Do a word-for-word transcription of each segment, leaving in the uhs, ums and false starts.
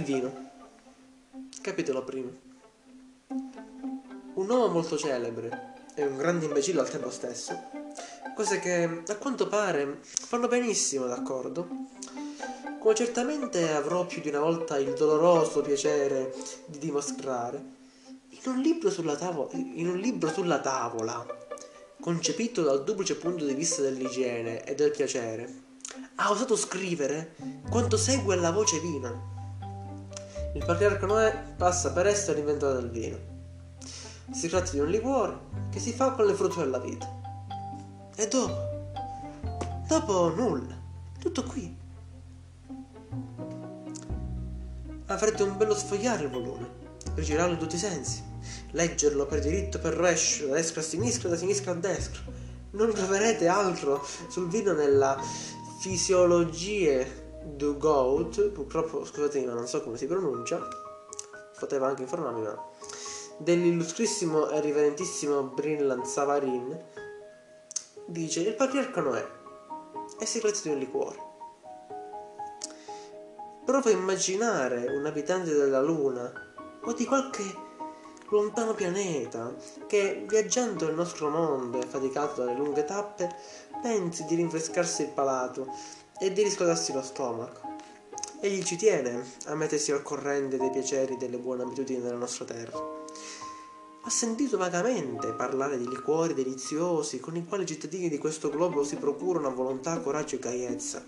Il vino. Capitolo primo. Un uomo molto celebre e un grande imbecille al tempo stesso, cose che a quanto pare fanno benissimo d'accordo, come certamente avrò più di una volta il doloroso piacere di dimostrare, in un libro sulla tavola, in un libro sulla tavola, concepito dal duplice punto di vista dell'igiene e del piacere, ha osato scrivere quanto segue alla voce vino. Il patriarca Noè passa per essere l'inventore del vino. Si tratta di un liquore che si fa con le frutta della vita. E dopo? Dopo nulla. Tutto qui. Avrete un bello sfogliare il volume, rigirarlo in tutti i sensi, leggerlo per diritto, per rovescio, da destra a sinistra, da sinistra a destra. Non troverete altro sul vino nella Fisiologie du Goût, purtroppo scusatemi ma non so come si pronuncia, poteva anche informarmi, ma dell'illustrissimo e riverentissimo Brillant Savarin, dice: il patriarca Noè è segreto di un liquore. Prova a immaginare un abitante della Luna o di qualche lontano pianeta che, viaggiando nel nostro mondo e faticato dalle lunghe tappe, pensi di rinfrescarsi il palato e di riscaldarsi lo stomaco. Egli ci tiene a mettersi al corrente dei piaceri e delle buone abitudini della nostra terra. Ha sentito vagamente parlare di liquori deliziosi con i quali i cittadini di questo globo si procurano a volontà, coraggio e gaiezza.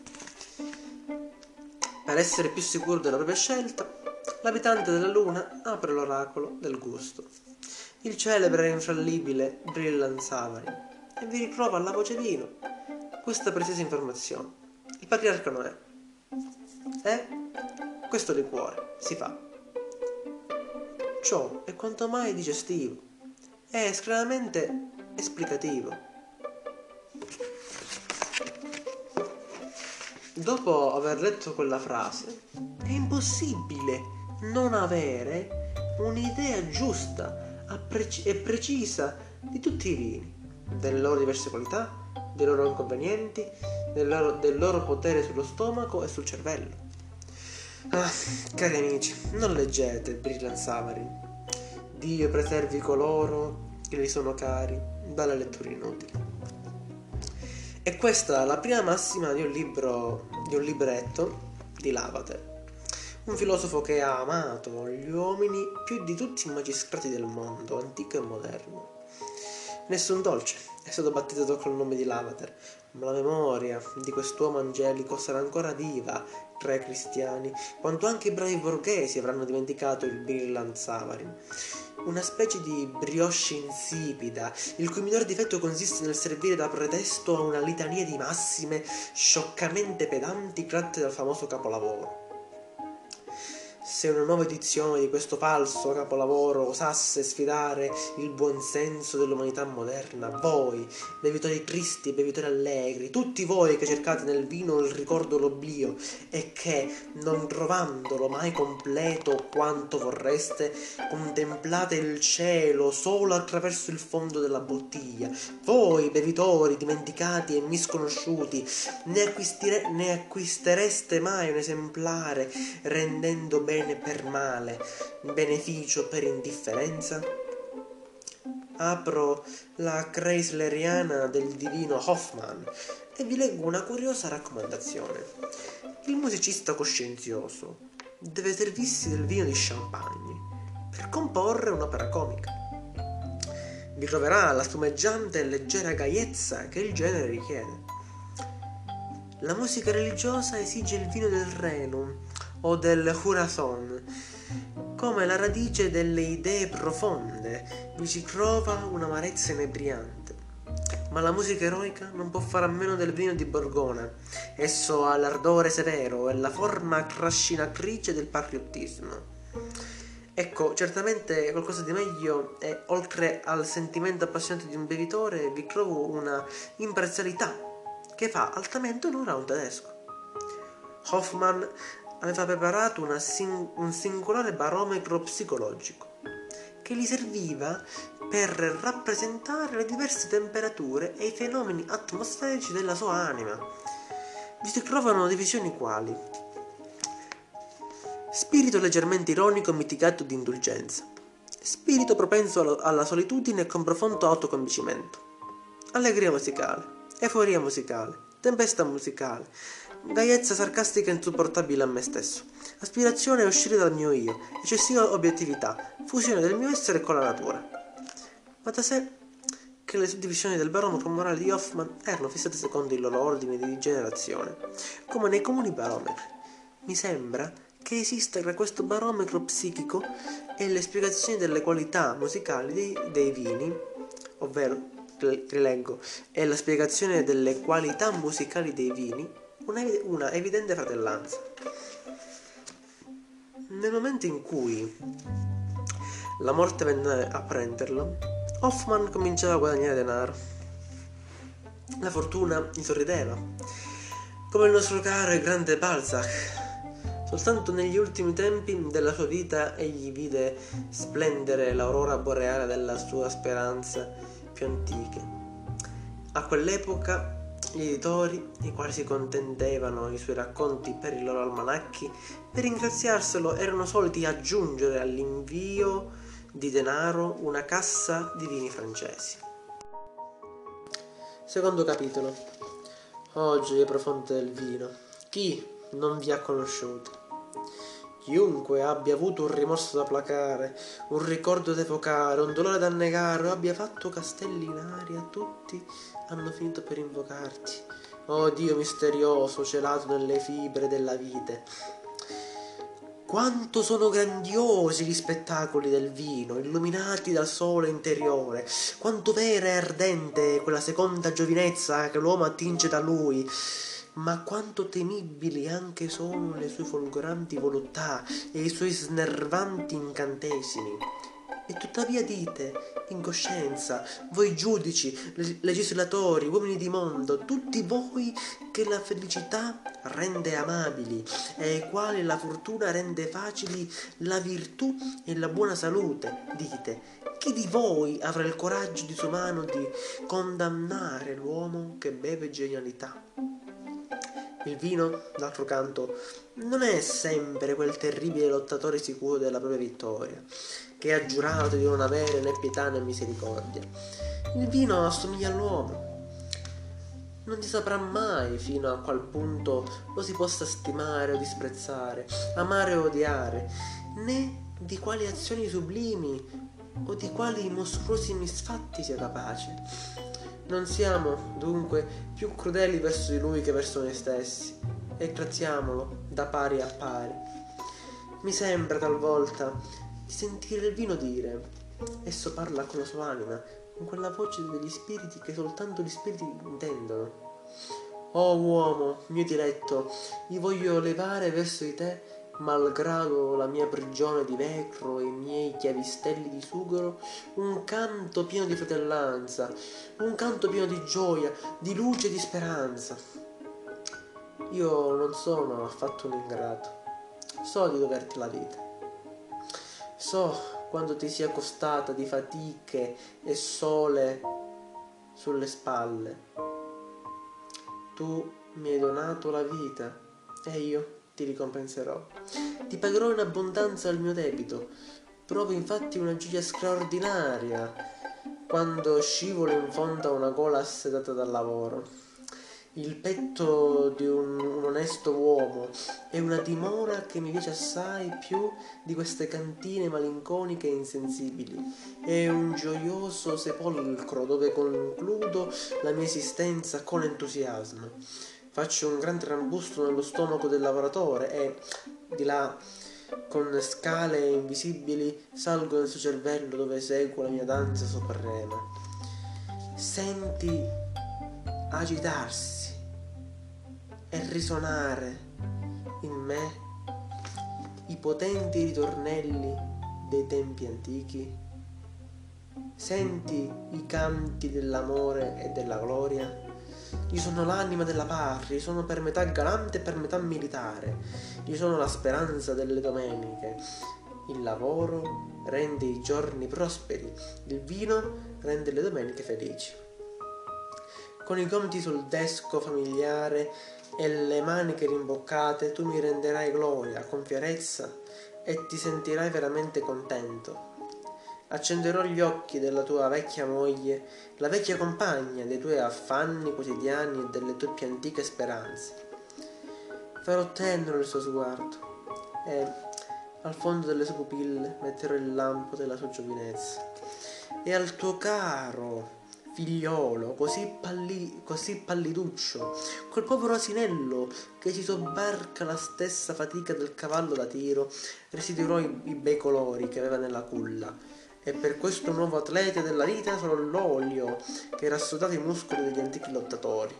Per essere più sicuro della propria scelta, l'abitante della Luna apre l'oracolo del gusto, il celebre e infallibile Brillant Savarin, e vi ritrova alla voce vino questa preziosa informazione. Il patriarca Noè è questo liquore, si fa. Ciò è quanto mai digestivo, è estremamente esplicativo. Dopo aver letto quella frase, è impossibile non avere un'idea giusta e precisa di tutti i vini, delle loro diverse qualità, dei loro inconvenienti, del loro, del loro potere sullo stomaco e sul cervello. Ah, cari amici, non leggete Brillant Savarin. Dio preservi coloro che gli sono cari dalle letture inutili. E questa è la prima massima di un libro, di un libretto di Lavater, un filosofo che ha amato gli uomini più di tutti i magistrati del mondo, antico e moderno. Nessun dolce è stato battezzato col nome di Lavater, ma la memoria di quest'uomo angelico sarà ancora viva tra i cristiani, quanto anche i bravi borghesi avranno dimenticato il Brillant Savarin. Una specie di brioche insipida, il cui minor difetto consiste nel servire da pretesto a una litania di massime scioccamente pedanti tratte dal famoso capolavoro. Se una nuova edizione di questo falso capolavoro osasse sfidare il buonsenso dell'umanità moderna, voi, bevitori tristi e bevitori allegri, tutti voi che cercate nel vino il ricordo l'oblio e che, non trovandolo mai completo quanto vorreste, contemplate il cielo solo attraverso il fondo della bottiglia, voi, bevitori dimenticati e misconosciuti, ne, acquistire- ne acquistereste mai un esemplare rendendo bene per male, beneficio per indifferenza? Apro la Chrysleriana del divino Hoffmann e vi leggo una curiosa raccomandazione. Il musicista coscienzioso deve servirsi del vino di champagne per comporre un'opera comica. Vi troverà la spumeggiante e leggera gaiezza che il genere richiede. La musica religiosa esige il vino del Rhenum o del Curacao, come la radice delle idee profonde vi si trova un'amarezza inebriante. Ma la musica eroica non può fare a meno del vino di Borgona. Esso ha l'ardore severo e la forma trascinatrice del patriottismo. Ecco, certamente qualcosa di meglio e, oltre al sentimento appassionante di un bevitore, vi trovo una imparzialità che fa altamente onore a un tedesco. Hoffmann aveva preparato una sing- un singolare barometro psicologico che gli serviva per rappresentare le diverse temperature e i fenomeni atmosferici della sua anima. Vi si trovano divisioni quali: spirito leggermente ironico mitigato di indulgenza, spirito propenso alla solitudine e con profondo autoconvincimento, allegria musicale, euforia musicale, tempesta musicale, gaiezza sarcastica e insopportabile a me stesso, aspirazione a uscire dal mio io, eccessiva obiettività, fusione del mio essere con la natura. Ma da sé che le suddivisioni del barometro morale di Hoffman erano fissate secondo il loro ordine di generazione, come nei comuni barometri. Mi sembra che esista tra questo barometro psichico e le spiegazioni delle qualità musicali dei, dei vini, ovvero, rileggo, e la spiegazione delle qualità musicali dei vini, una, una evidente fratellanza. Nel momento in cui la morte venne a prenderlo, Hoffman cominciava a guadagnare denaro. La fortuna gli sorrideva, come il nostro caro e grande Balzac. Soltanto negli ultimi tempi della sua vita egli vide splendere l'aurora boreale della sua speranza più antiche. A quell'epoca gli editori, i quali si contendevano i suoi racconti per i loro almanacchi, per ringraziarselo erano soliti aggiungere all'invio di denaro una cassa di vini francesi. Secondo capitolo. Oh, gioie profonde del vino, chi non vi ha conosciuto? Chiunque abbia avuto un rimorso da placare, un ricordo da evocare, un dolore da negare, o abbia fatto castelli in aria, tutti hanno finito per invocarti. Oh Dio misterioso, celato nelle fibre della vite. Quanto sono grandiosi gli spettacoli del vino, illuminati dal sole interiore, quanto vera e ardente quella seconda giovinezza che l'uomo attinge da lui, ma quanto temibili anche sono le sue folgoranti voluttà e i suoi snervanti incantesimi. E tuttavia dite, in coscienza, voi giudici, legislatori, uomini di mondo, tutti voi che la felicità rende amabili e ai quali la fortuna rende facili la virtù e la buona salute, dite, chi di voi avrà il coraggio disumano di condannare l'uomo che beve genialità? Il vino, d'altro canto, non è sempre quel terribile lottatore sicuro della propria vittoria, che ha giurato di non avere né pietà né misericordia. Il vino assomiglia all'uomo. Non si saprà mai fino a qual punto lo si possa stimare o disprezzare, amare o odiare, né di quali azioni sublimi o di quali mostruosi misfatti sia capace. Non siamo, dunque, più crudeli verso di lui che verso noi stessi, e trattiamolo da pari a pari. Mi sembra talvolta di sentire il vino dire, esso parla con la sua anima, con quella voce degli spiriti che soltanto gli spiriti intendono. Oh uomo, mio diletto, io voglio levare verso di te, malgrado la mia prigione di vetro e i miei chiavistelli di sughero, un canto pieno di fratellanza, un canto pieno di gioia, di luce e di speranza. Io non sono affatto un ingrato, so di doverti la vita, so quanto ti sia costata di fatiche e sole sulle spalle. Tu mi hai donato la vita e io ti ricompenserò. Ti pagherò in abbondanza il mio debito. Provo infatti una gioia straordinaria quando scivolo in fondo a una gola assetata dal lavoro. Il petto di un, un onesto uomo è una dimora che mi piace assai più di queste cantine malinconiche e insensibili. È un gioioso sepolcro dove concludo la mia esistenza con entusiasmo. Faccio un gran trambusto nello stomaco del lavoratore e, di là, con scale invisibili, salgo nel suo cervello dove seguo la mia danza suprema. Senti agitarsi e risuonare in me i potenti ritornelli dei tempi antichi. Senti i canti dell'amore e della gloria. Io sono l'anima della patria, io sono per metà galante e per metà militare, io sono la speranza delle domeniche. Il lavoro rende i giorni prosperi, il vino rende le domeniche felici. Con i gomiti sul desco familiare e le maniche rimboccate tu mi renderai gloria con fierezza e ti sentirai veramente contento. Accenderò gli occhi della tua vecchia moglie, la vecchia compagna dei tuoi affanni quotidiani e delle tue più antiche speranze. Farò tenero il suo sguardo e al fondo delle sue pupille metterò il lampo della sua giovinezza. E al tuo caro figliolo, così, palli- così palliduccio, quel povero asinello che ci sobbarca la stessa fatica del cavallo da tiro, restituirò i, i bei colori che aveva nella culla. E per questo nuovo atleta della vita sarò l'olio che era assodato i muscoli degli antichi lottatori.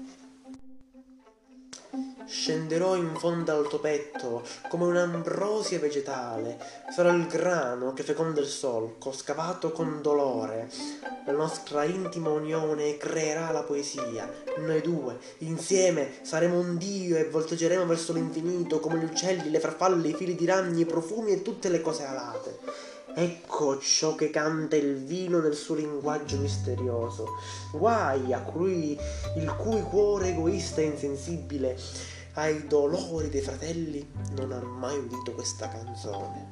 Scenderò in fondo al tuo petto come un'ambrosia vegetale, sarò il grano che feconda il solco, scavato con dolore. La nostra intima unione creerà la poesia. Noi due, insieme, saremo un dio e volteggeremo verso l'infinito come gli uccelli, le farfalle, i fili di ragni, i profumi e tutte le cose alate. Ecco ciò che canta il vino nel suo linguaggio misterioso. Guai a cui il cui cuore egoista e insensibile ai dolori dei fratelli non ha mai udito questa canzone.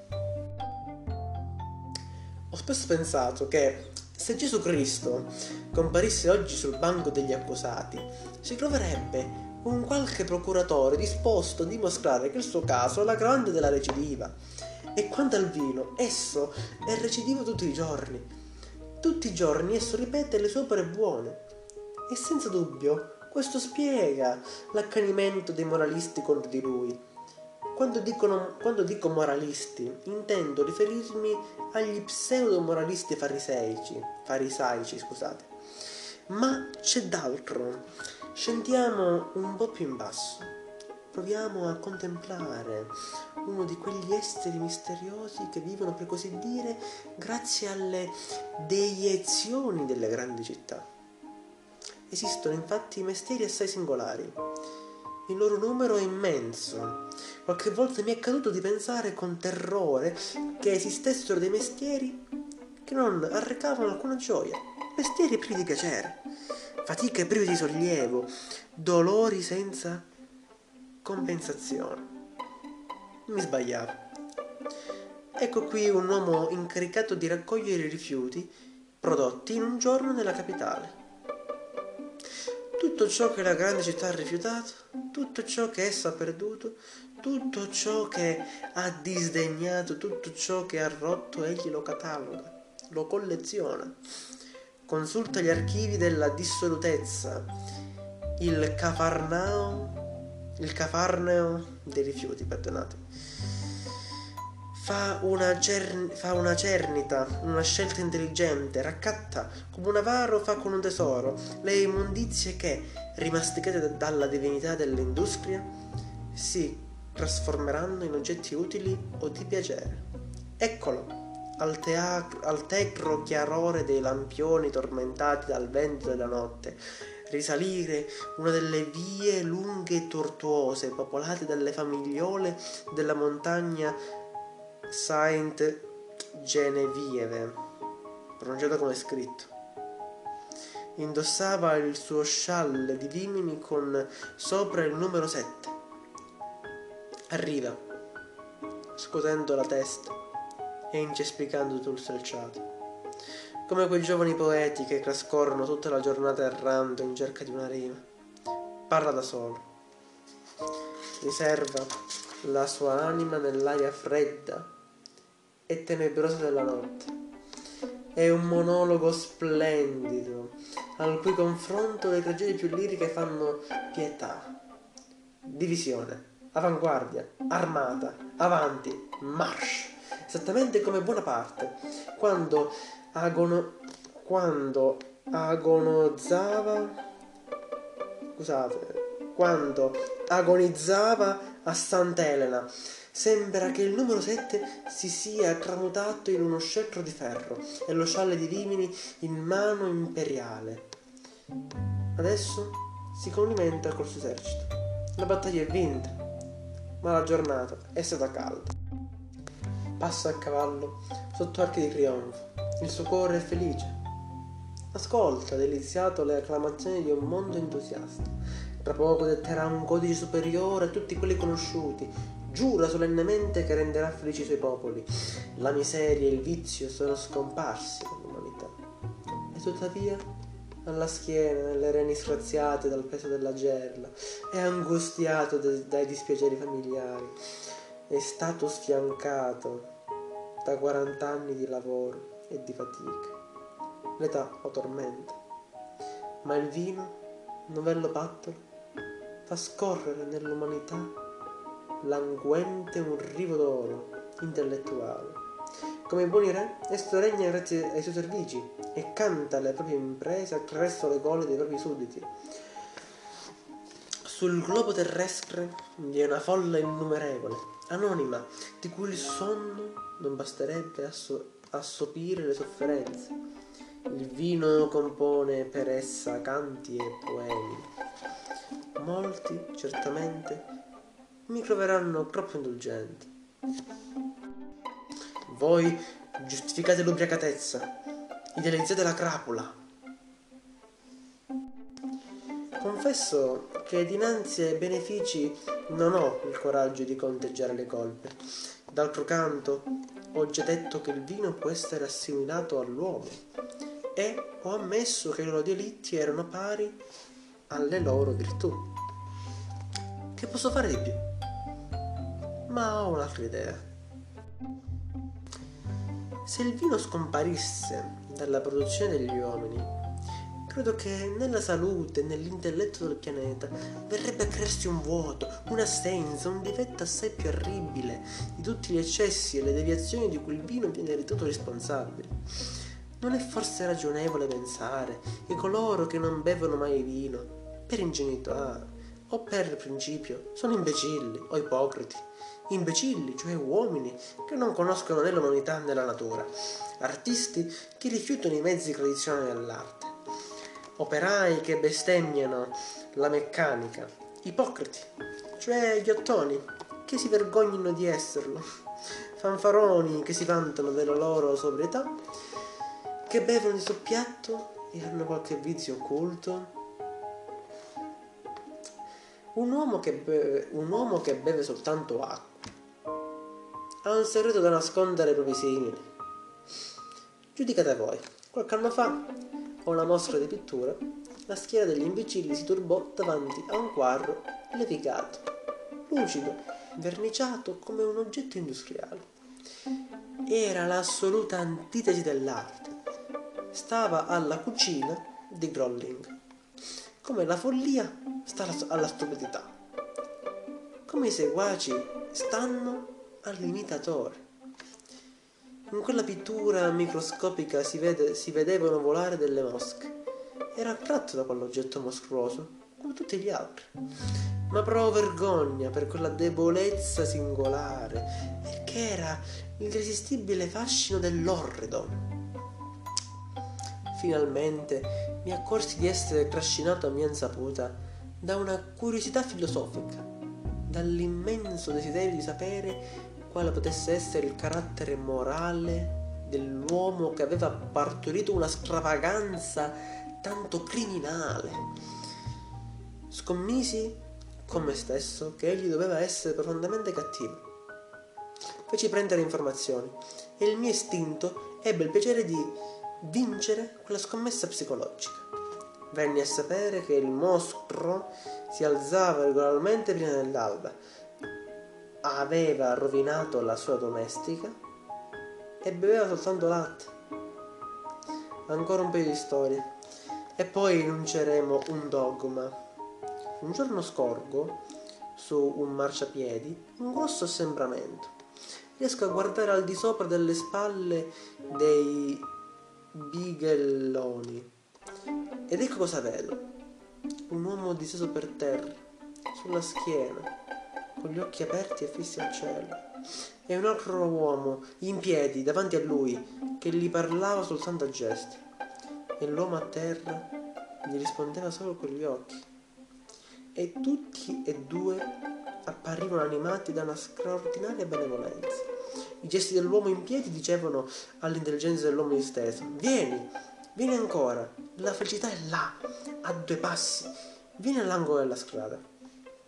Ho spesso pensato che se Gesù Cristo comparisse oggi sul banco degli accusati, si troverebbe un qualche procuratore disposto a dimostrare che il suo caso è l'aggravante della recidiva. E quanto al vino, esso è recidivo tutti i giorni. Tutti i giorni esso ripete le sue opere buone. E senza dubbio questo spiega l'accanimento dei moralisti contro di lui. Quando, dicono, quando dico moralisti, intendo riferirmi agli pseudo-moralisti fariseici, farisaici, scusate. Ma c'è d'altro. Scendiamo un po' più in basso. Proviamo a contemplare uno di quegli esseri misteriosi che vivono, per così dire, grazie alle deiezioni delle grandi città. Esistono infatti mestieri assai singolari. Il loro numero è immenso. Qualche volta mi è accaduto di pensare con terrore che esistessero dei mestieri che non arrecavano alcuna gioia, mestieri privi di piacere, fatiche prive di sollievo, dolori senza compensazione. Mi sbagliavo. Ecco qui un uomo incaricato di raccogliere i rifiuti prodotti in un giorno nella capitale. Tutto ciò che la grande città ha rifiutato, tutto ciò che essa ha perduto, tutto ciò che ha disdegnato, tutto ciò che ha rotto, egli lo cataloga, lo colleziona, consulta gli archivi della dissolutezza, il cafarnao, il cafarneo dei rifiuti, perdonate. Fa una, cer- fa una cernita, una scelta intelligente, raccatta come un avaro fa con un tesoro le immondizie che, rimasticate d- dalla divinità dell'industria, si trasformeranno in oggetti utili o di piacere. Eccolo, al, teatro, al tetro chiarore dei lampioni tormentati dal vento della notte, risalire una delle vie lunghe e tortuose popolate dalle famigliole della montagna Saint Genevieve, pronunciato come scritto. Indossava il suo scialle di vimini con sopra il numero sette. Arriva, scuotendo la testa e incespicando tutto il selciato, come quei giovani poeti che trascorrono tutta la giornata errando in cerca di una rima. Parla da solo, riserva la sua anima nell'aria fredda e tenebrosa della notte. È un monologo splendido, al cui confronto le tragedie più liriche fanno pietà. Divisione, avanguardia, armata, avanti, march, esattamente come Bonaparte, quando agono, quando agonizzava, scusate, quando agonizzava a Sant'Elena. Sembra che il numero sette si sia tramutato in uno scettro di ferro e lo scialle di vimini in mano imperiale. Adesso si complimenta col suo esercito. La battaglia è vinta, ma la giornata è stata calda. Passa a cavallo sotto archi di trionfo. Il suo cuore è felice. Ascolta, deliziato, le acclamazioni di un mondo entusiasta. Tra poco detterà un codice superiore a tutti quelli conosciuti. giura solennemente che renderà felici i suoi popoli. La miseria e il vizio sono scomparsi dall'umanità. E tuttavia, alla schiena, nelle reni straziate dal peso della gerla, è angustiato dai dispiaceri familiari, è stato sfiancato da quaranta anni di lavoro e di fatica. L'età lo tormenta, ma il vino, novello pattolo, fa scorrere nell'umanità languente un rivo d'oro intellettuale. Come i buoni re, esso regna grazie ai suoi servigi e canta le proprie imprese attraverso le gole dei propri sudditi. Sul globo terrestre vi è una folla innumerevole, anonima, di cui il sonno non basterebbe a, so- a sopire le sofferenze. Il vino compone per essa canti e poemi. Molti, certamente, mi troveranno troppo indulgente. Voi giustificate l'ubriacatezza, idealizzate la crapula. Confesso che dinanzi ai benefici non ho il coraggio di conteggiare le colpe. D'altro canto, ho già detto che il vino può essere assimilato all'uomo e ho ammesso che i loro delitti erano pari alle loro virtù. Che posso fare di più? Ma ho un'altra idea. Se il vino scomparisse dalla produzione degli uomini, credo che nella salute e nell'intelletto del pianeta verrebbe a crearsi un vuoto, un'assenza, un difetto assai più orribile di tutti gli eccessi e le deviazioni di cui il vino viene ritenuto responsabile. Non è forse ragionevole pensare che coloro che non bevono mai vino, per ingenuità o per principio, sono imbecilli o ipocriti? Imbecilli, cioè uomini che non conoscono né l'umanità né la natura, artisti che rifiutano i mezzi tradizionali dell'arte, operai che bestemmiano la meccanica, ipocriti, cioè ghiottoni che si vergognano di esserlo, fanfaroni che si vantano della loro sobrietà, che bevono di soppiatto e hanno qualche vizio occulto. Un uomo che beve, un uomo che beve soltanto acqua ha un segreto da nascondere ai propri simili. Giudicate voi. Qualche anno fa, a una mostra di pittura, la schiera degli imbecilli si turbò davanti a un quadro levigato, lucido, verniciato come un oggetto industriale. Era l'assoluta antitesi dell'arte. Stava alla cucina di Grolling, come la follia sta alla stupidità, come i seguaci stanno all'imitatore. In quella pittura microscopica si, vede, si vedevano volare delle mosche. Era attratto da quell'oggetto mostruoso, come tutti gli altri, ma provò vergogna per quella debolezza singolare, perché era l'irresistibile fascino dell'orrido. Finalmente mi accorsi di essere trascinato a mia insaputa da una curiosità filosofica, dall'immenso desiderio di sapere quale potesse essere il carattere morale dell'uomo che aveva partorito una stravaganza tanto criminale. Scommisi con me stesso che egli doveva essere profondamente cattivo. Feci prendere informazioni e il mio istinto ebbe il piacere di vincere quella scommessa psicologica. Venni a sapere che il mostro si alzava regolarmente prima dell'alba, aveva rovinato la sua domestica e beveva soltanto latte. Ancora un paio di storie e poi enunceremo un dogma. Un giorno scorgo su un marciapiedi un grosso assembramento. Riesco a guardare al di sopra delle spalle dei bighelloni ed ecco cosa vedo: un uomo disteso per terra, sulla schiena, con gli occhi aperti e fissi al cielo, e un altro uomo in piedi davanti a lui che gli parlava soltanto a gesti, e l'uomo a terra gli rispondeva solo con gli occhi, e tutti e due apparivano animati da una straordinaria benevolenza. I gesti dell'uomo in piedi dicevano all'intelligenza dell'uomo disteso: vieni, vieni ancora, la felicità è là, a due passi, vieni all'angolo della strada.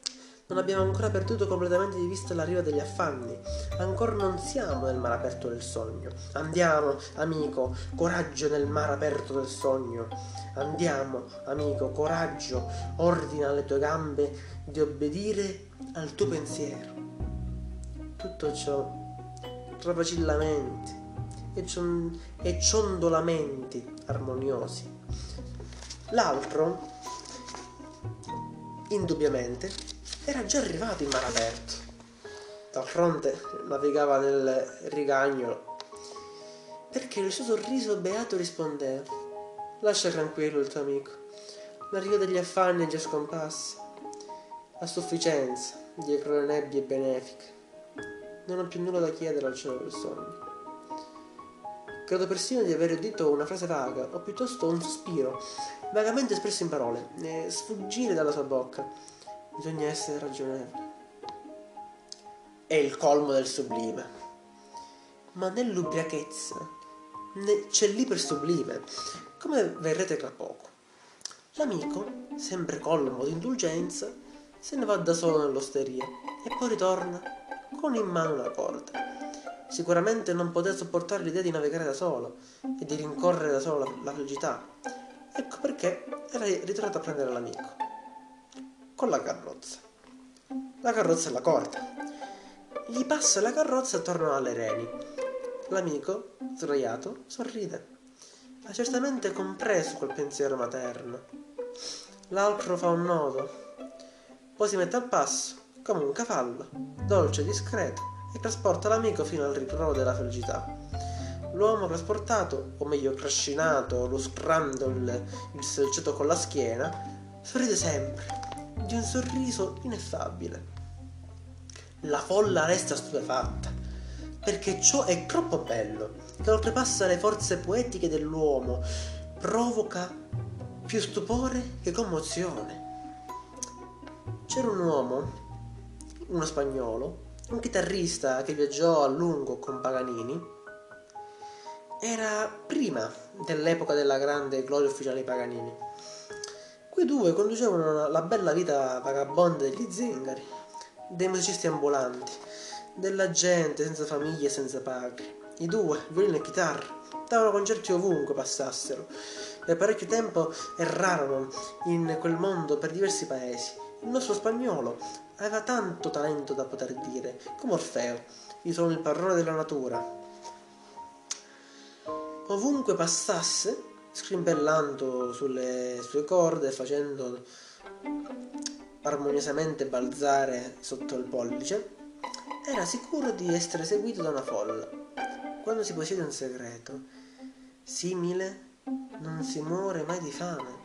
Non abbiamo ancora perduto completamente di vista la riva degli affanni. Ancora non siamo nel mare aperto del sogno. Andiamo, amico, coraggio nel mare aperto del sogno. Andiamo, amico, coraggio, ordina alle tue gambe di obbedire al tuo pensiero. Tutto ciò tra vacillamenti e, cion- e ciondolamenti armoniosi. L'altro, indubbiamente, era già arrivato in mare aperto. Dal fronte navigava nel rigagnolo, perché il suo sorriso beato rispondeva: lascia tranquillo il tuo amico, la riva degli affanni è già scomparsa, a sufficienza dietro le nebbie benefiche. Non ho più nulla da chiedere al cielo del sogno. Credo persino di aver udito una frase vaga, o piuttosto un sospiro, vagamente espresso in parole, e sfuggire dalla sua bocca. Bisogna essere ragionevoli. È il colmo del sublime. Ma nell'ubriachezza ne- c'è l'ipersublime, come verrete tra poco. L'amico, sempre colmo di indulgenza, se ne va da solo nell'osteria e poi ritorna con in mano una corda. Sicuramente non poteva sopportare l'idea di navigare da solo e di rincorrere da solo la, la felicità. Ecco perché era ritornato a prendere l'amico con la carrozza. La carrozza e la corda. Gli passa la carrozza attorno alle reni. L'amico, sdraiato, sorride. Ha certamente compreso quel pensiero materno. L'altro fa un nodo, poi si mette al passo, come un cavallo, dolce e discreto, e trasporta l'amico fino al ritrovo della felicità. L'uomo trasportato, o meglio trascinato, lustrando il, il selciato con la schiena, sorride sempre, di un sorriso ineffabile. La folla resta stupefatta, perché ciò è troppo bello, che oltrepassa le forze poetiche dell'uomo, provoca più stupore che commozione. C'era un uomo, uno spagnolo, un chitarrista che viaggiò a lungo con Paganini. Era prima dell'epoca della grande gloria ufficiale di Paganini. Quei due conducevano la bella vita vagabonda degli zingari, dei musicisti ambulanti, della gente senza famiglia e senza patria. I due, violino e chitarra, davano concerti ovunque passassero. Per parecchio tempo errarono in quel mondo per diversi paesi. Il nostro spagnolo aveva tanto talento da poter dire, come Orfeo: io sono il padrone della natura. Ovunque passasse, scrimpellando sulle sue corde, facendo armoniosamente balzare sotto il pollice, era sicuro di essere seguito da una folla. Quando si possiede un segreto simile, non si muore mai di fame.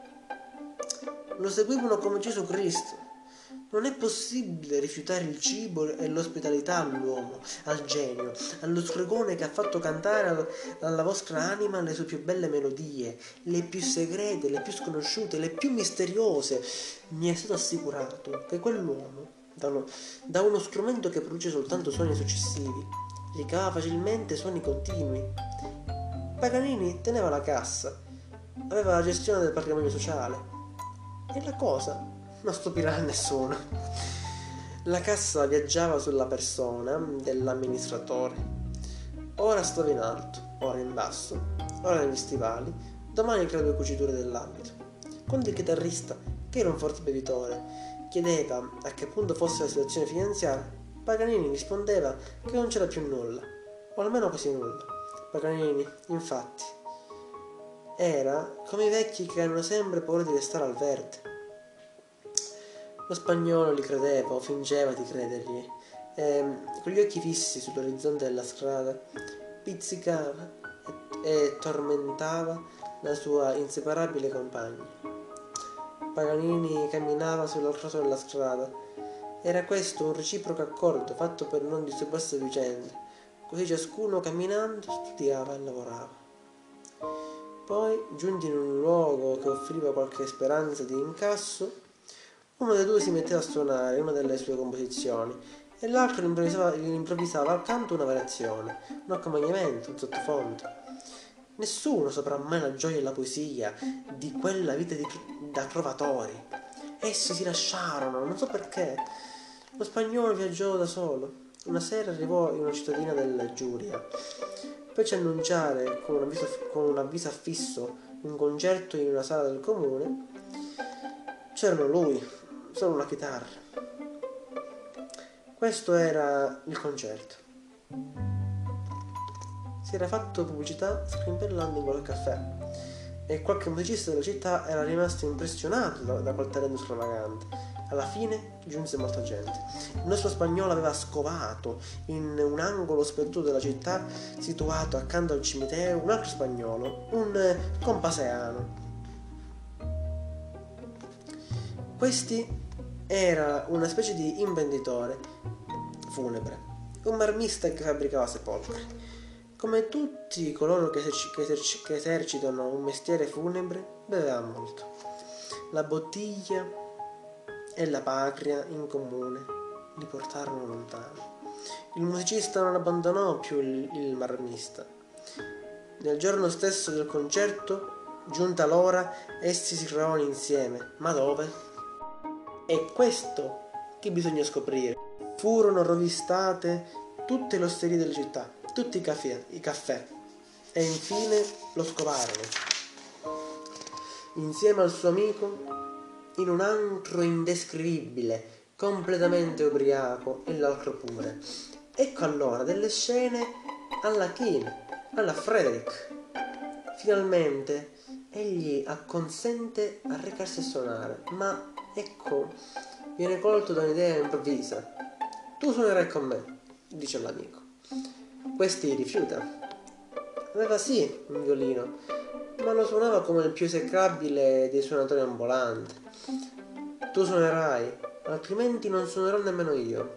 Lo seguivano come Gesù Cristo. Non è possibile rifiutare il cibo e l'ospitalità all'uomo, al genio, allo stregone che ha fatto cantare alla vostra anima le sue più belle melodie, le più segrete, le più sconosciute, le più misteriose. Mi è stato assicurato che quell'uomo, da uno, da uno strumento che produce soltanto suoni successivi, ricava facilmente suoni continui. Paganini teneva la cassa, aveva la gestione del patrimonio sociale, e la cosa non stupirà nessuno. La cassa viaggiava sulla persona dell'amministratore. Ora stava in alto, ora in basso, ora negli stivali, domani tra le due cuciture dell'abito. Quando il chitarrista, che era un forte bevitore, chiedeva a che punto fosse la situazione finanziaria, Paganini rispondeva che non c'era più nulla, o almeno quasi nulla. Paganini, infatti, era come i vecchi che hanno sempre paura di restare al verde. Lo spagnolo gli credeva o fingeva di credergli, e, con gli occhi fissi sull'orizzonte della strada, pizzicava e, e tormentava la sua inseparabile compagna. Paganini camminava sull'altro lato della strada. Era questo un reciproco accordo fatto per non disturbarsi a vicenda. Così ciascuno camminando studiava e lavorava. Poi, giunti in un luogo che offriva qualche speranza di incasso, uno dei due si metteva a suonare una delle sue composizioni e l'altro improvvisava, improvvisava accanto una variazione, un accompagnamento, un sottofondo. Nessuno saprà mai la gioia e la poesia di quella vita di, da trovatori. Essi si lasciarono, non so perché. Lo spagnolo viaggiò da solo. Una sera arrivò in una cittadina del Giulia. Fece annunciare con un avviso, con un avviso affisso un concerto in una sala del comune. C'erano lui, solo una chitarra. Questo era il concerto. Si era fatto pubblicità scrimpellando in quel caffè e qualche musicista della città era rimasto impressionato da, da quel talento stravagante. Alla fine giunse molta gente. Il nostro spagnolo aveva scovato in un angolo sperduto della città, situato accanto al cimitero, un altro spagnolo, un compaseano. Questi era una specie di imprenditore funebre, un marmista che fabbricava sepolcri. Come tutti coloro che, eserci- che, eserci- che esercitano un mestiere funebre, beveva molto. La bottiglia e la patria in comune li portarono lontano. Il musicista non abbandonò più il, il marmista. Nel giorno stesso del concerto, giunta l'ora, essi si trovarono insieme. Ma dove? È questo che bisogna scoprire. Furono rovistate tutte le osterie della città, tutti i caffè, i caffè, e infine lo scovarono, insieme al suo amico, in un antro indescrivibile, completamente ubriaco, e l'altro pure. Ecco allora delle scene alla Keane, alla Frederick. Finalmente egli acconsente a recarsi a suonare, ma ecco, viene colto da un'idea improvvisa. Tu suonerai con me, dice l'amico. Questi rifiuta. Aveva sì un violino, ma lo suonava come il più esecrabile dei suonatori ambulanti. Tu suonerai, altrimenti non suonerò nemmeno io.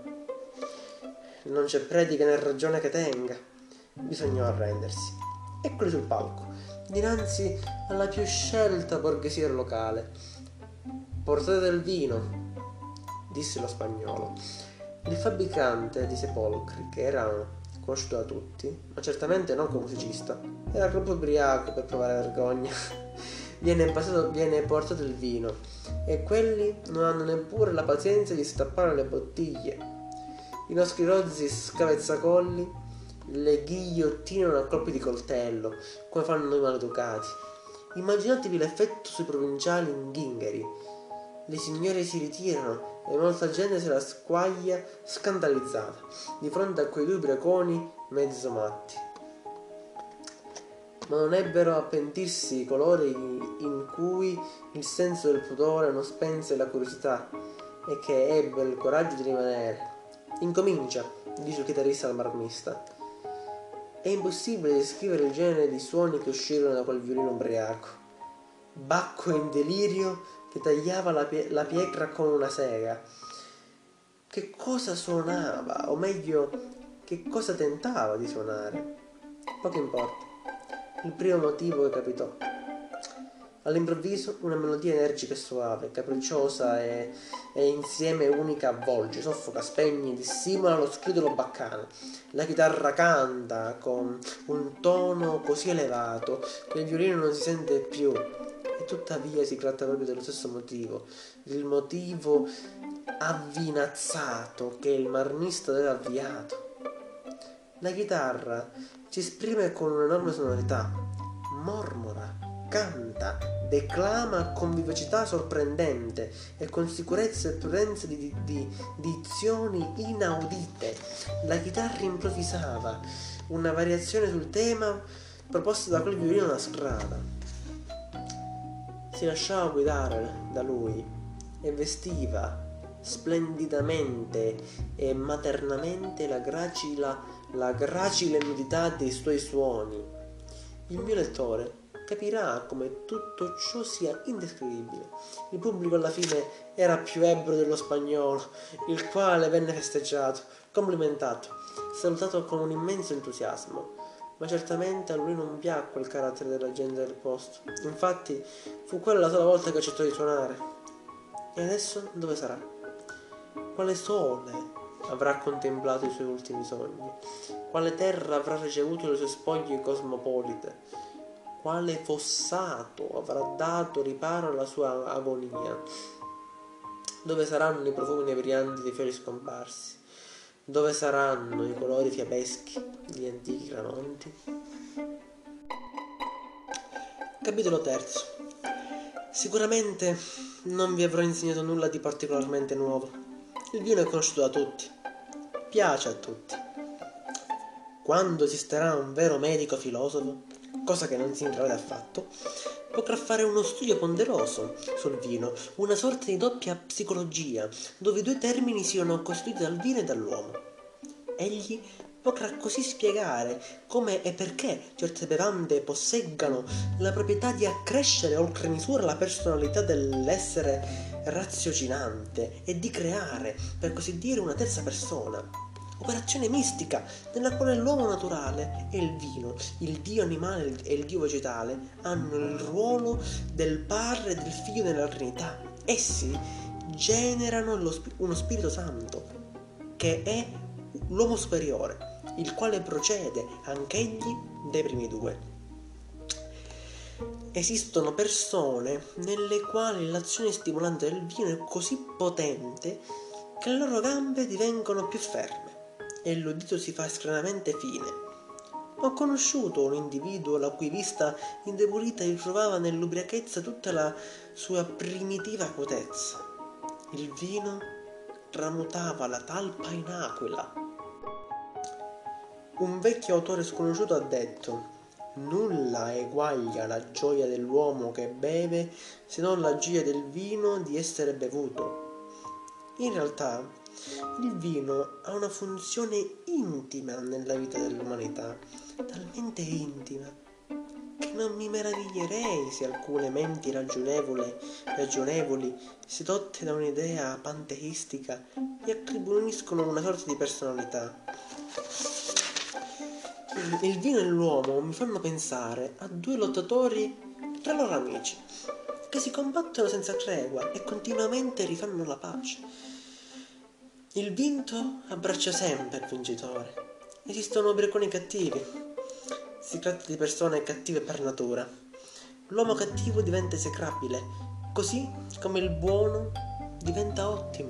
Non c'è predica né ragione che tenga. Bisognò arrendersi. Eccoli sul palco, dinanzi alla più scelta borghesia locale. Portate del vino, disse lo spagnolo. Il fabbricante di sepolcri, che era conosciuto da tutti, ma certamente non come musicista, era troppo ubriaco per provare vergogna. Viene, passato, viene portato il vino e quelli non hanno neppure la pazienza di stappare le bottiglie. I nostri rozzi scavezzacolli le ghigliottinano a colpi di coltello, come fanno i maleducati. Immaginatevi l'effetto sui provinciali in ghingheri. Le signore si ritirano e molta gente se la squaglia scandalizzata di fronte a quei due ubriaconi mezzo matti. Ma non ebbero a pentirsi coloro in cui il senso del pudore non spense la curiosità e che ebbe il coraggio di rimanere. Incomincia, dice il chitarrista al marmista. È impossibile descrivere il genere di suoni che uscirono da quel violino ubriaco. Bacco in delirio che tagliava la, pie- la pietra con una sega. Che cosa suonava, o meglio, che cosa tentava di suonare? Poco importa. Il primo motivo che capitò. All'improvviso una melodia energica e suave, capricciosa e, e insieme unica avvolge, soffoca, spegne, dissimula lo stridolo baccano. La chitarra canta con un tono così elevato che il violino non si sente più. E tuttavia si tratta proprio dello stesso motivo, il motivo avvinazzato che il marmista aveva avviato. La chitarra si esprime con un'enorme sonorità, mormora, canta, declama con vivacità sorprendente e con sicurezza e prudenza di, di, di dizioni inaudite. La chitarra improvvisava una variazione sul tema proposto da quel violino da strada. Si lasciava guidare da lui e vestiva splendidamente e maternamente la gracila, la gracile nudità dei suoi suoni. Il mio lettore capirà come tutto ciò sia indescrivibile. Il pubblico alla fine era più ebbro dello spagnolo, il quale venne festeggiato, complimentato, salutato con un immenso entusiasmo. Ma certamente a lui non piacque il carattere della gente del posto. Infatti fu quella la sola volta che accettò di suonare. E adesso dove sarà? Quale sole avrà contemplato i suoi ultimi sogni? Quale terra avrà ricevuto le sue spoglie cosmopolite? Quale fossato avrà dato riparo alla sua agonia? Dove saranno i profumi inebrianti dei fiori scomparsi? Dove saranno i colori fiabeschi degli antichi tramonti? Capitolo terzo. Sicuramente non vi avrò insegnato nulla di particolarmente nuovo. Il vino è conosciuto da tutti, piace a tutti. Quando esisterà un vero medico filosofo, cosa che non si intravede affatto, potrà fare uno studio ponderoso sul vino, una sorta di doppia psicologia, dove i due termini siano costituiti dal vino e dall'uomo. Egli potrà così spiegare come e perché certe bevande posseggano la proprietà di accrescere oltre misura la personalità dell'essere raziocinante e di creare, per così dire, una terza persona. Operazione mistica nella quale l'uomo naturale e il vino, il dio animale e il dio vegetale hanno il ruolo del padre e del figlio nella Trinità. Essi generano lo, uno Spirito Santo che è l'uomo superiore, il quale procede anch'egli dai primi due. Esistono persone nelle quali l'azione stimolante del vino è così potente che le loro gambe divengono più ferme e l'udito si fa estremamente fine. Ho conosciuto un individuo la cui vista indebolita ritrovava nell'ubriachezza tutta la sua primitiva acutezza. Il vino tramutava la talpa in aquila. Un vecchio autore sconosciuto ha detto: nulla eguaglia la gioia dell'uomo che beve se non la gioia del vino di essere bevuto. In realtà il vino ha una funzione intima nella vita dell'umanità, talmente intima che non mi meraviglierei se alcune menti ragionevoli, ragionevoli sedotte da un'idea panteistica, gli attribuiscono una sorta di personalità. Il vino e l'uomo mi fanno pensare a due lottatori tra loro amici, che si combattono senza tregua e continuamente rifanno la pace. Il vinto abbraccia sempre il vincitore. Esistono ubriaconi cattivi. Si tratta di persone cattive per natura. L'uomo cattivo diventa esecrabile, così come il buono diventa ottimo.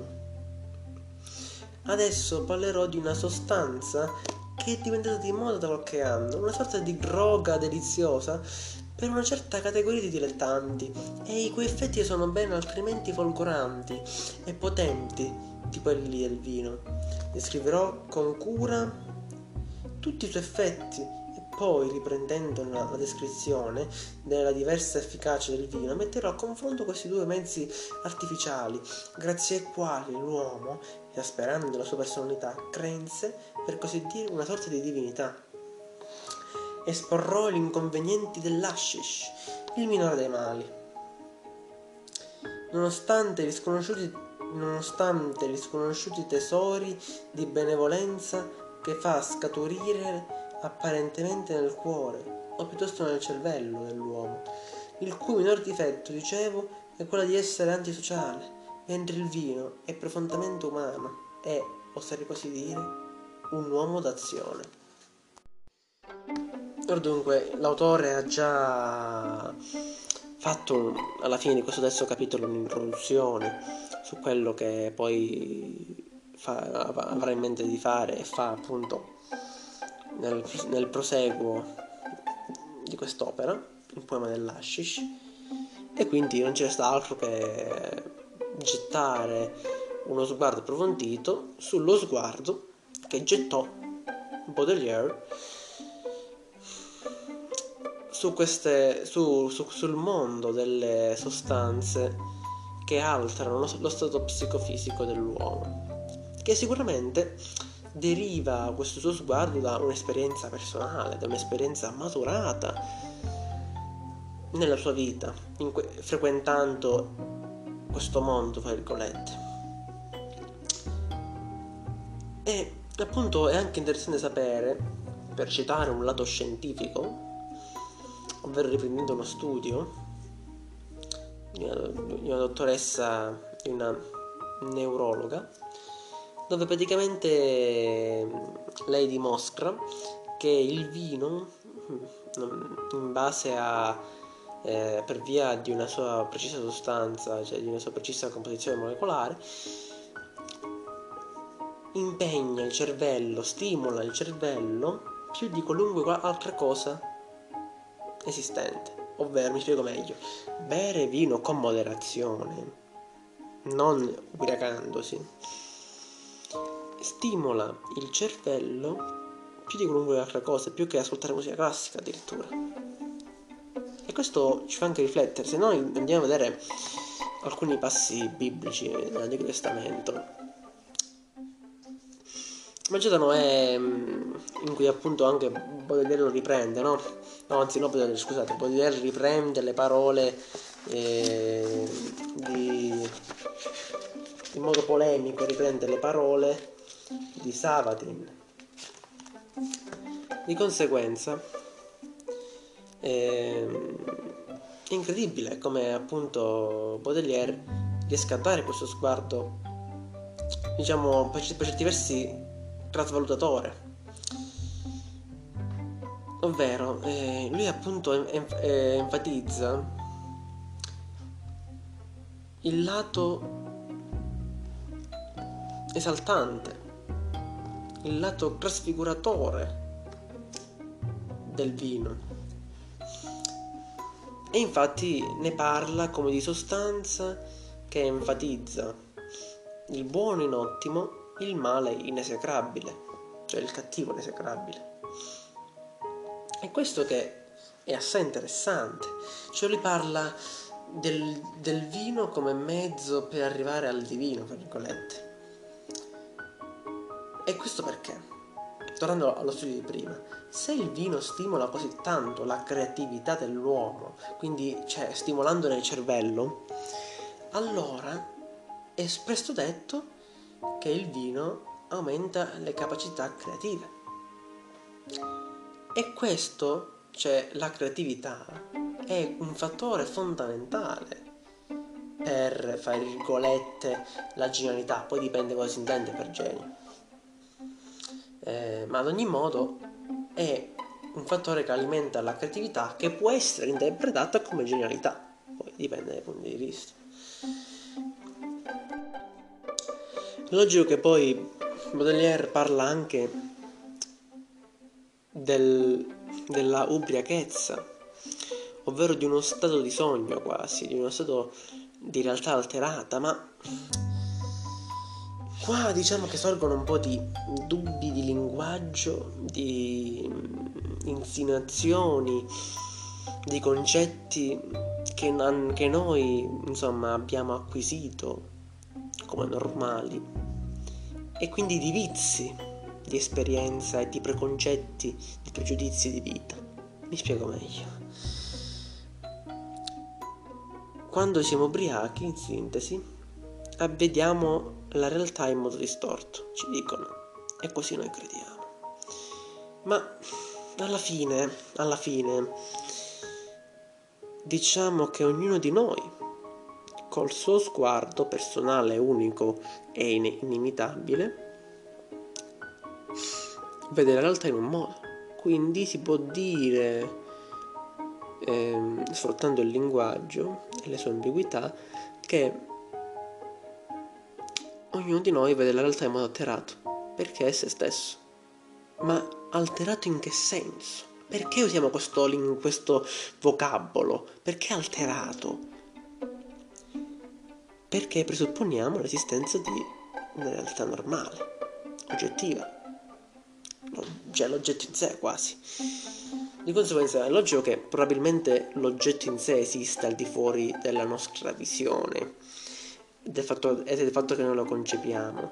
Adesso parlerò di una sostanza che è diventata di moda da qualche anno, una sorta di droga deliziosa per una certa categoria di dilettanti e i cui effetti sono ben altrimenti folgoranti e potenti di quelli del vino. Descriverò con cura tutti i suoi effetti e poi, riprendendo la, la descrizione della diversa efficacia del vino, metterò a confronto questi due mezzi artificiali grazie ai quali l'uomo, esasperando la sua personalità, crense, per così dire, una sorta di divinità. Esporrò gli inconvenienti dell'hashish, il minore dei mali. Nonostante gli sconosciuti, nonostante gli sconosciuti tesori di benevolenza che fa scaturire apparentemente nel cuore, o piuttosto nel cervello dell'uomo, il cui minor difetto, dicevo, è quello di essere antisociale, mentre il vino è profondamente umano e, oserei così dire, un uomo d'azione. Ora dunque, l'autore ha già fatto alla fine di questo terzo capitolo un'introduzione su quello che poi fa, avrà in mente di fare e fa appunto nel, nel proseguo di quest'opera, il poema dell'hashish, e quindi non ci resta altro che gettare uno sguardo approfondito sullo sguardo che gettò Baudelaire su queste, su, su, sul mondo delle sostanze che alterano lo, lo stato psicofisico dell'uomo, che sicuramente deriva questo suo sguardo da un'esperienza personale, da un'esperienza maturata nella sua vita, in que- frequentando questo mondo, fra virgolette. E appunto è anche interessante sapere, per citare un lato scientifico, ovvero riprendendo uno studio di una, di una dottoressa, di una neurologa, dove praticamente lei dimostra che il vino, in base a eh, per via di una sua precisa sostanza, cioè di una sua precisa composizione molecolare, impegna il cervello, stimola il cervello più di qualunque altra cosa esistente. Ovvero, mi spiego meglio, bere vino con moderazione, non ubriacandosi, stimola il cervello più di qualunque altra cosa, più che ascoltare musica classica addirittura. E questo ci fa anche riflettere. Se noi andiamo a vedere alcuni passi biblici nell'Antico Testamento, Immaginate Noè, in cui appunto anche Baudelaire lo riprende, no? No, anzi, no, Baudelaire, scusate, Baudelaire riprende le parole eh, di, in modo polemico, riprende le parole di Savatin. Di conseguenza, eh, è incredibile come appunto Baudelaire riesca a dare questo sguardo, diciamo, per certi versi trasvalutatore, ovvero eh, lui appunto en- eh, enfatizza il lato esaltante, il lato trasfiguratore del vino, e infatti ne parla come di sostanza che enfatizza il buono in ottimo, il male inesecrabile, cioè il cattivo inesecrabile. E questo che è assai interessante, cioè lui parla del, del vino come mezzo per arrivare al divino, tra virgolette. E questo perché? Tornando allo studio di prima, se il vino stimola così tanto la creatività dell'uomo, quindi cioè stimolandone il cervello, allora è presto detto che il vino aumenta le capacità creative. E questo, cioè la creatività, è un fattore fondamentale per, fra virgolette, la genialità. Poi dipende cosa si intende per genio. Eh, ma ad ogni modo è un fattore che alimenta la creatività, che può essere interpretata come genialità. Poi dipende dai punti di vista. Logico che poi Baudelaire parla anche del, della ubriachezza, ovvero di uno stato di sogno quasi, di uno stato di realtà alterata, ma qua diciamo che sorgono un po' di dubbi di linguaggio, di insinuazioni, di concetti che, che noi insomma abbiamo acquisito come normali, e quindi di vizi di esperienza e di preconcetti, di pregiudizi di vita. Mi spiego meglio. Quando siamo ubriachi, in sintesi, vediamo la realtà in modo distorto, ci dicono, e così noi crediamo. Ma alla fine, alla fine, diciamo che ognuno di noi, col suo sguardo personale, unico e inimitabile, vede la realtà in un modo. Quindi si può dire, ehm, sfruttando il linguaggio e le sue ambiguità, che ognuno di noi vede la realtà in modo alterato, perché è se stesso. Ma alterato in che senso? Perché usiamo questo, questo vocabolo? Perché alterato? Perché presupponiamo l'esistenza di una realtà normale, oggettiva, cioè l'oggetto in sé quasi. Di conseguenza è logico che probabilmente l'oggetto in sé esiste al di fuori della nostra visione del fatto, e del fatto che noi lo concepiamo,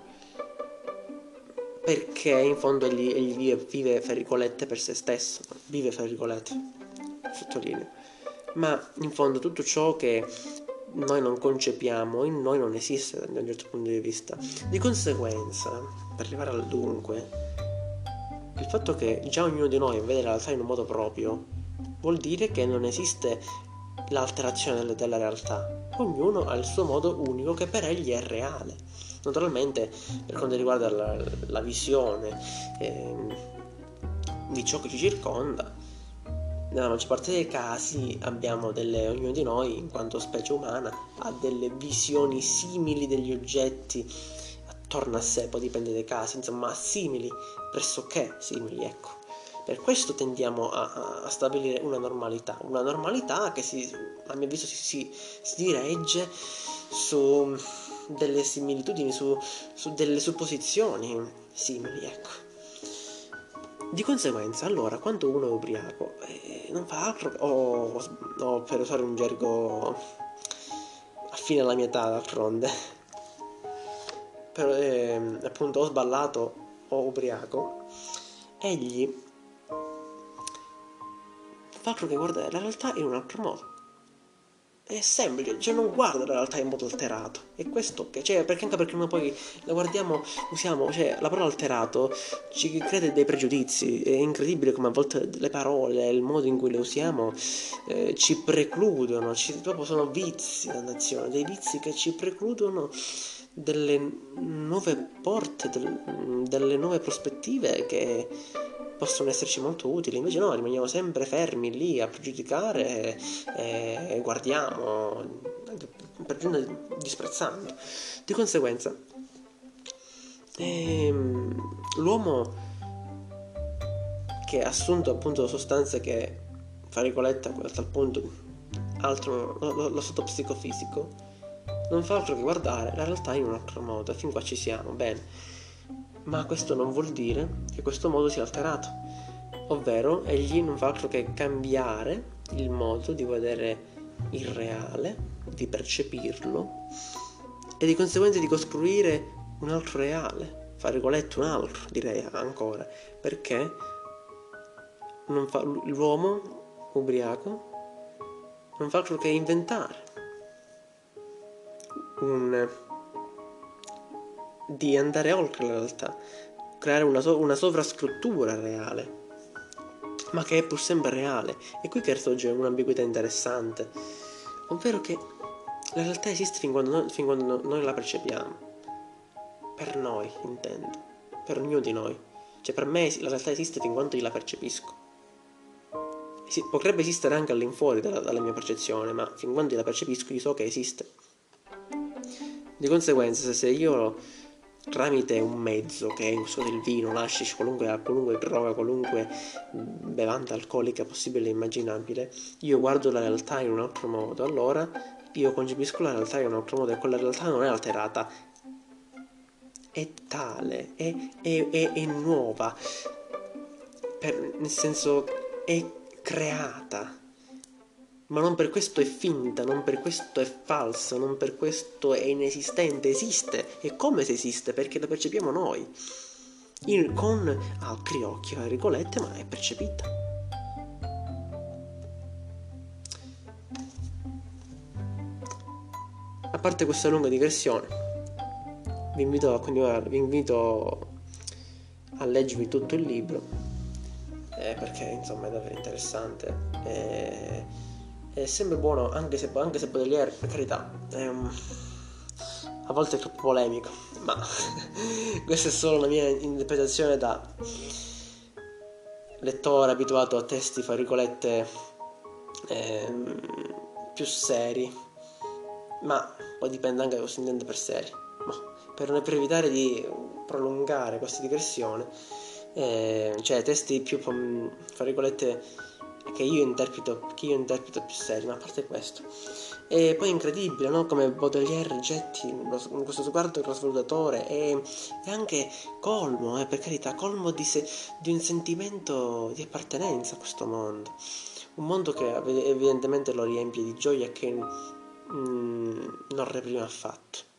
perché in fondo egli, egli vive, vive fra virgolette per se stesso, vive fra virgolette, sottolineo, ma in fondo tutto ciò che noi non concepiamo in noi non esiste da un certo punto di vista. Di conseguenza, per arrivare al dunque, il fatto che già ognuno di noi vede la realtà in un modo proprio vuol dire che non esiste l'alterazione della realtà. Ognuno ha il suo modo unico che per egli è reale. Naturalmente, per quanto riguarda la, la visione eh, di ciò che ci circonda, nella maggior parte dei casi abbiamo delle, ognuno di noi, in quanto specie umana, ha delle visioni simili degli oggetti attorno a sé, poi dipende dai casi, insomma simili, pressoché simili, ecco. Per questo tendiamo a, a stabilire una normalità, una normalità che si, a mio avviso si, si, si diregge su delle similitudini, su, su delle supposizioni simili, ecco. Di conseguenza, allora, quando uno è ubriaco, eh, non fa altro, o, o per usare un gergo affine alla mia età, d'altronde, però, eh, appunto, o sballato o ubriaco, egli fa altro che guardare la realtà in un altro modo. È semplice, cioè non guarda la realtà in modo alterato. E questo che, cioè, perché anche perché noi poi la guardiamo, usiamo, cioè, la parola alterato ci crea dei pregiudizi. È incredibile come a volte le parole, il modo in cui le usiamo, eh, ci precludono, ci, proprio sono vizi, dannazione, dei vizi che ci precludono delle nuove porte, del, delle nuove prospettive che possono esserci molto utili. Invece no, rimaniamo sempre fermi lì a pregiudicare e, e guardiamo, per giunta disprezzando. Di conseguenza ehm, l'uomo che ha assunto appunto sostanze che, fra virgolette, a tal punto altro lo, lo, lo stato psicofisico, non fa altro che guardare la realtà in un altro modo. E fin qua ci siamo, bene. Ma questo non vuol dire che questo modo sia alterato, ovvero egli non fa altro che cambiare il modo di vedere il reale, di percepirlo e di conseguenza di costruire un altro reale, fra virgolette un altro, direi ancora, perché non fa, l'uomo ubriaco non fa altro che inventare un di andare oltre la realtà, creare una, so- una sovrastruttura reale, ma che è pur sempre reale. E qui che sorge un'ambiguità interessante, ovvero che la realtà esiste fin quando noi, fin quando noi la percepiamo. Per noi, intendo, per ognuno di noi. Cioè, per me la realtà esiste fin quando io la percepisco. Si, potrebbe esistere anche all'infuori dalla, dalla mia percezione, ma fin quando io la percepisco io so che esiste. Di conseguenza, se io tramite un mezzo che è uso del vino, l'hashish, qualunque, qualunque droga, qualunque bevanda alcolica possibile e immaginabile, io guardo la realtà in un altro modo, allora io concepisco la realtà in un altro modo e quella realtà non è alterata, è tale, è, è, è, è nuova, per, nel senso è creata. Ma non per questo è finta, non per questo è falsa, non per questo è inesistente, esiste, è come se esiste, perché la percepiamo noi, in, con altri occhi, tra virgolette, ma è percepita. A parte questa lunga digressione, vi invito a continuare, vi invito a leggervi tutto il libro, eh, perché insomma è davvero interessante. Eh, È sempre buono, anche se, anche se Baudelaire, per carità, è un, a volte è troppo polemico, ma questa è solo la mia interpretazione da lettore abituato a testi, fra virgolette, ehm, più seri, ma poi dipende anche da cosa si intende per seri. Ma per, per evitare di prolungare questa digressione, eh, cioè testi più, fra virgolette, che io interpreto che io interpreto più seri, ma a parte questo, e poi è incredibile, no? Come Baudelaire getti lo, questo sguardo trasvalutatore e, e anche colmo, eh, per carità, colmo di, se, di un sentimento di appartenenza a questo mondo, un mondo che evidentemente lo riempie di gioia che mm, non reprime affatto.